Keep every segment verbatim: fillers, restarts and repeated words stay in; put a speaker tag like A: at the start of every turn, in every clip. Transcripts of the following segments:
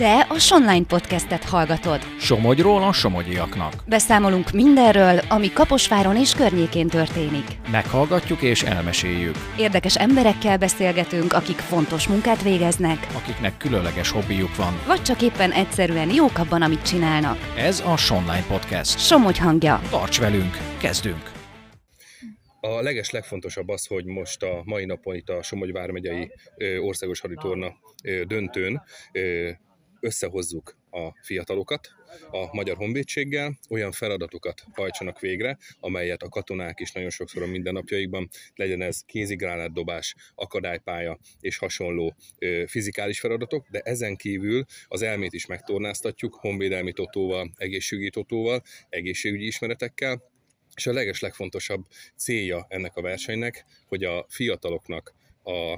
A: Te a Sonline podcastet hallgatod.
B: Somogyról a somogyiaknak.
A: Beszámolunk mindenről, ami Kaposváron és környékén történik.
B: Meghallgatjuk és elmeséljük.
A: Érdekes emberekkel beszélgetünk, akik fontos munkát végeznek,
B: Akiknek különleges hobbijuk van.
A: vagy csak éppen egyszerűen jók abban, amit csinálnak.
B: Ez a Sonline Podcast.
A: Somogy hangja.
B: Tarts velünk, kezdünk!
C: A leges legfontosabb az, hogy most a mai napon itt a Somogy vármegyei ö, országos haditorna ö, döntőn ö, összehozzuk a fiatalokat a Magyar Honvédséggel, olyan feladatokat hajtsanak végre, amelyet a katonák is nagyon sokszor a mindennapjaikban, legyen ez kézigránátdobás, akadálypálya és hasonló ö, fizikális feladatok, de ezen kívül az elmét is megtornáztatjuk honvédelmi totóval, egészségügyi totóval, egészségügyi ismeretekkel, és a leges legfontosabb célja ennek a versenynek, hogy a fiataloknak a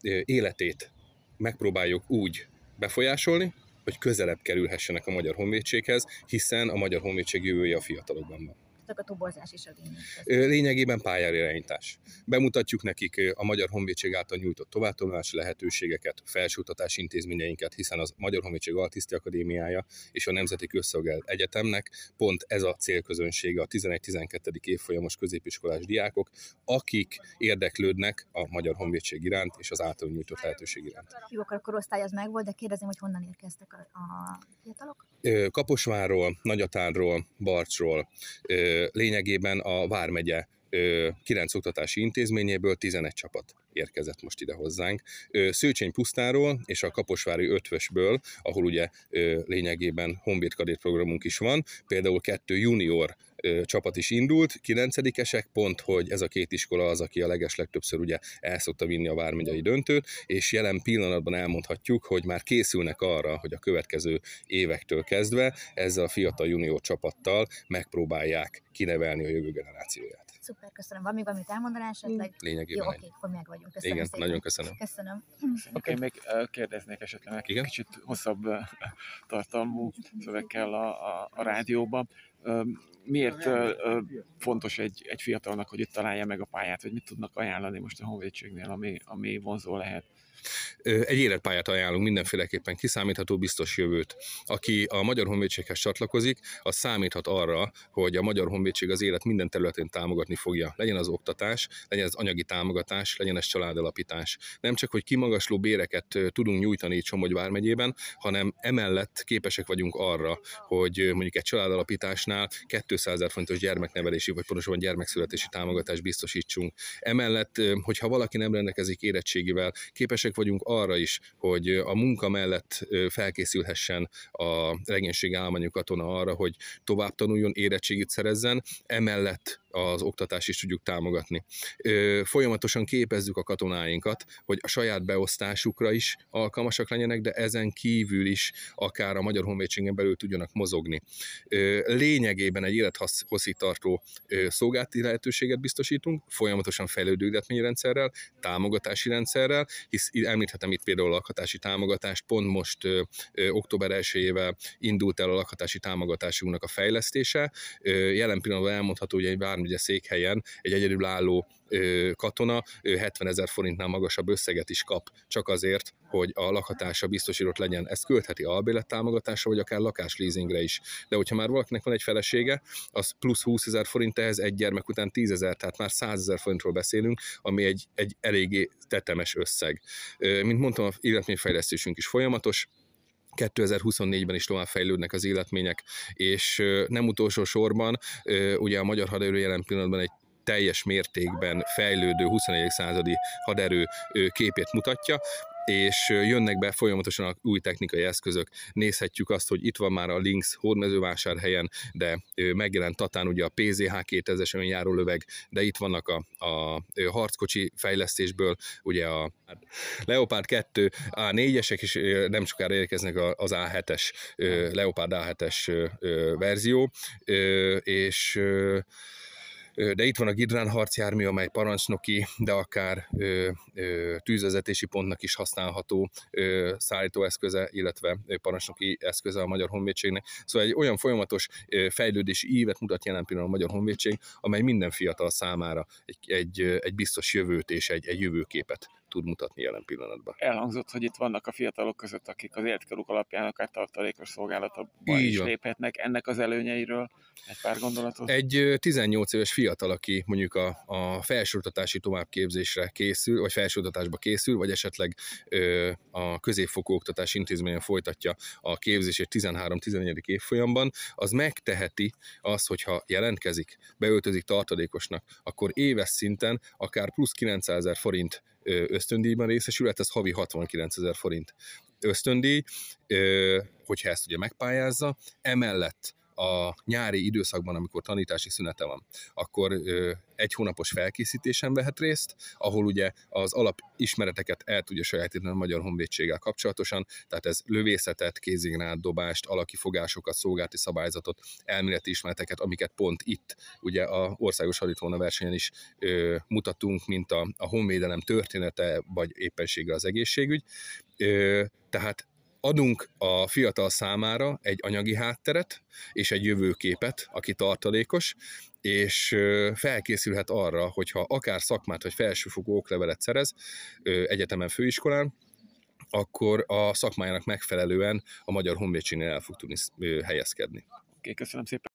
C: életét megpróbáljuk úgy befolyásolni, hogy közelebb kerülhessenek a Magyar Honvédséghez, hiszen a Magyar Honvédség jövője a fiatalokban van.
D: A toborzás is a lényeg.
C: Lényegében pályáirányítás. Bemutatjuk nekik a Magyar Honvédség által nyújtott továbbtanulási lehetőségeket, felsőoktatási intézményeinket, hiszen az Magyar Honvédség Altiszti Akadémiája és a Nemzeti Közszolgálat Egyetemnek pont ez a célközönsége a tizenegy-tizenkettedik évfolyamos középiskolás diákok, akik érdeklődnek a Magyar Honvédség iránt és az által nyújtott lehetőség iránt.
D: Fiúkkal a korosztály az megvolt, de kérdezem, hogy honnan érkeztek a, a fiatalok?
C: Kaposvárról, Nagyatánról, Barcsról, lényegében a Vármegye kilenc oktatási intézményéből tizenegy csapat érkezett most ide hozzánk. Szőcseny pusztáról és a kaposvári ötvösből, ahol ugye lényegében honvéd kadét programunk is van, például kettő junior csapat is indult, kilencedikesek, pont, hogy ez a két iskola az, aki a legeslegtöbbször ugye el szokta vinni a vármegyei döntőt, és jelen pillanatban elmondhatjuk, hogy már készülnek arra, hogy a következő évektől kezdve ezzel a fiatal junior csapattal megpróbálják kinevelni a jövő generációját.
D: Szuper, köszönöm. Van még valamit elmondaná esetleg?
C: Lényegében.
D: Jó, oké, akkor meg vagyunk. Köszönöm
C: Igen,
D: szépen.
C: nagyon köszönöm.
D: Köszönöm.
E: Oké, okay, még uh, kérdeznék esetleg
C: Igen?
E: kicsit hosszabb uh, tartalmú szövegkel a, a, a rádióban. Uh, miért uh, fontos egy, egy fiatalnak, hogy itt találja meg a pályát, vagy mit tudnak ajánlani most a honvédségnél, ami, ami vonzó lehet?
C: Egy életpályát ajánlunk, mindenféleképpen kiszámítható, biztos jövőt. Aki a Magyar Honvédséghez csatlakozik, az számíthat arra, hogy a Magyar Honvédség az élet minden területén támogatni fogja. Legyen az oktatás, legyen az anyagi támogatás, legyen ez családalapítás. Nem csak, hogy kimagasló béreket tudunk nyújtani itt Somogy vármegyében, hanem emellett képesek vagyunk arra, hogy mondjuk egy családalapításnál kétszázezer forintos gyermeknevelési, vagy pontosabban gyermekszületési támogatást biztosítsunk. Emellett, hogyha valaki nem rendelkezik érettségivel, képesek vagyunk arra is, hogy a munka mellett felkészülhessen a legénységi állományú katona arra, hogy tovább tanuljon, érettségit szerezzen, emellett az oktatást is tudjuk támogatni. Folyamatosan képezzük a katonáinkat, hogy a saját beosztásukra is alkalmasak legyenek, de ezen kívül is akár a Magyar Honvédségen belül tudjanak mozogni. Lényegében egy élethosszig tartó szolgálati lehetőséget biztosítunk, folyamatosan fejlődő illetményrendszerrel, támogatási rendszerrel, hisz említhetem itt például a lakhatási támogatást, pont most ö, ö, október elsejével indult el a lakhatási támogatásunknak a fejlesztése. Ö, jelen pillanatban elmondható, hogy egy vármegye székhelyen egy egyedülálló ö, katona ö, hetvenezer forintnál magasabb összeget is kap, csak azért, hogy a lakhatása biztosított legyen. Ezt költheti albérlet támogatásra, vagy akár lakásleasingre is. De hogyha már valakinek van egy felesége, az plusz húszezer forint, ehhez egy gyermek után tízezer, tehát már százezer forintról beszélünk, ami egy, egy eléggé tetemes összeg. Mint mondtam, a életményfejlesztésünk is folyamatos, kétezer-huszonnégyben is tovább fejlődnek az életmények, és nem utolsó sorban ugye a magyar haderő jelen pillanatban egy teljes mértékben fejlődő huszonegyedik századi haderő képét mutatja, és jönnek be folyamatosan a új technikai eszközök. Nézhetjük azt, hogy itt van már a Lynx Hódmezővásárhelyen, de megjelent Tatán ugye a pé zé há kétezres önjárólöveg, de itt vannak a, a harckocsi fejlesztésből, ugye a Leopard kettő á négyesek is nem sokára érkeznek az á hetes, Leopard á hetes verzió, és de itt van a Gidrán harcjármű, amely parancsnoki, de akár ö, ö, tűzvezetési pontnak is használható ö, szállítóeszköze, illetve parancsnoki eszköze a Magyar Honvédségnek. Szóval egy olyan folyamatos ö, fejlődési ívet mutat jelen pillanatban a Magyar Honvédség, amely minden fiatal számára egy, egy, egy biztos jövőt és egy, egy jövőképet tud mutatni jelen pillanatban.
E: Elhangzott, hogy itt vannak a fiatalok között, akik az életkoruk alapján akár tartalékos szolgálatba
C: Így
E: is
C: van.
E: léphetnek. Ennek az előnyeiről egy pár gondolatot?
C: Egy ö, tizennyolc éves fiatal, aki mondjuk a, a felsőoktatási továbbképzésre készül, vagy felsőoktatásba készül, vagy esetleg ö, a középfokú oktatási intézményen folytatja a képzését tizenhárom-tizennégy évfolyamban, az megteheti azt, hogyha jelentkezik, beöltözik tartalékosnak, akkor éves szinten akár plusz kilencszázezer forint ösztöndíjban részesülhet, ez havi hatvankilencezer forint ösztöndíj, hogyha ezt ugye megpályázza. Emellett a nyári időszakban, amikor tanítási szünete van, akkor ö, egy hónapos felkészítésen vehet részt, ahol ugye az alapismereteket el tudja sajátítani a Magyar Honvédséggel kapcsolatosan, tehát ez lövészetet, kézigránátdobást, alakifogásokat, szolgálati szabályzatot, elméleti ismereteket, amiket pont itt ugye a Országos Haditróna versenyen is ö, mutatunk, mint a, a honvédelem története, vagy éppenséggel az egészségügy. Ö, tehát adunk a fiatal számára egy anyagi hátteret és egy jövőképet, aki tartalékos, és felkészülhet arra, hogyha akár szakmát vagy felsőfokú oklevelet szerez egyetemen, főiskolán, akkor a szakmájának megfelelően a Magyar Honvédségnél el fog tudni helyezkedni.
E: Oké, köszönöm szépen.